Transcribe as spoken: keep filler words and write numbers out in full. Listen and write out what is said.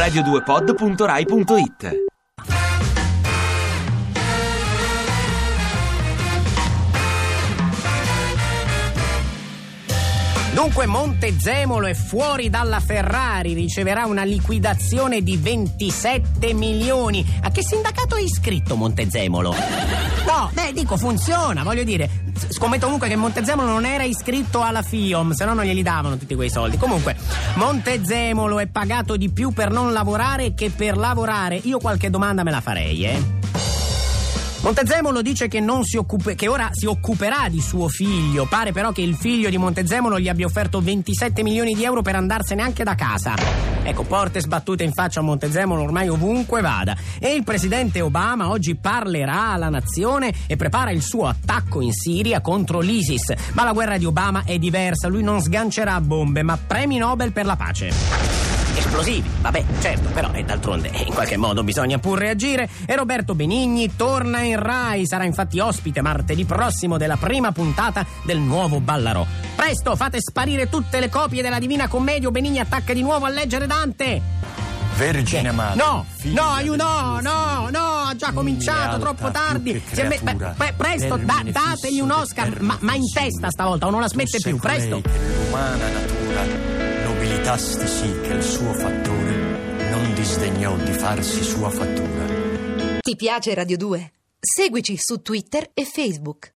radio due pod punto rai punto it. Dunque Montezemolo è fuori dalla Ferrari, riceverà una liquidazione di ventisette milioni. A che sindacato è iscritto Montezemolo? No, beh, dico, funziona, voglio dire. Scommetto comunque che Montezemolo non era iscritto alla FIOM, se no non glieli davano tutti quei soldi. Comunque, Montezemolo è pagato di più per non lavorare che per lavorare. Io qualche domanda me la farei, eh. Montezemolo dice che, non si occupe, che ora si occuperà di suo figlio. Pare però che il figlio di Montezemolo gli abbia offerto ventisette milioni di euro per andarsene anche da casa. Ecco, porte sbattute in faccia a Montezemolo ormai ovunque vada. E il presidente Obama oggi parlerà alla nazione e prepara il suo attacco in Siria contro l'ISIS. Ma la guerra di Obama è diversa. Lui non sgancerà bombe, ma premi Nobel per la pace. Esplosivi, vabbè, certo, però e d'altronde in qualche modo bisogna pur reagire. E Roberto Benigni torna in Rai, sarà infatti ospite martedì prossimo della prima puntata del nuovo Ballarò. Presto, fate sparire tutte le copie della Divina Commedia, Benigni attacca di nuovo a leggere Dante. Vergine madre. No, no, aiuto, no, no, no, ha già cominciato, troppo tardi. Si è me- beh, beh, presto, da- dategli un Oscar, ma, ma in testa stavolta, o non la smette più, presto. Che l'umana natura nobilitaste sì che il suo fattore non disdegnò di farsi sua fattura. Ti piace Radio due? Seguici su Twitter e Facebook.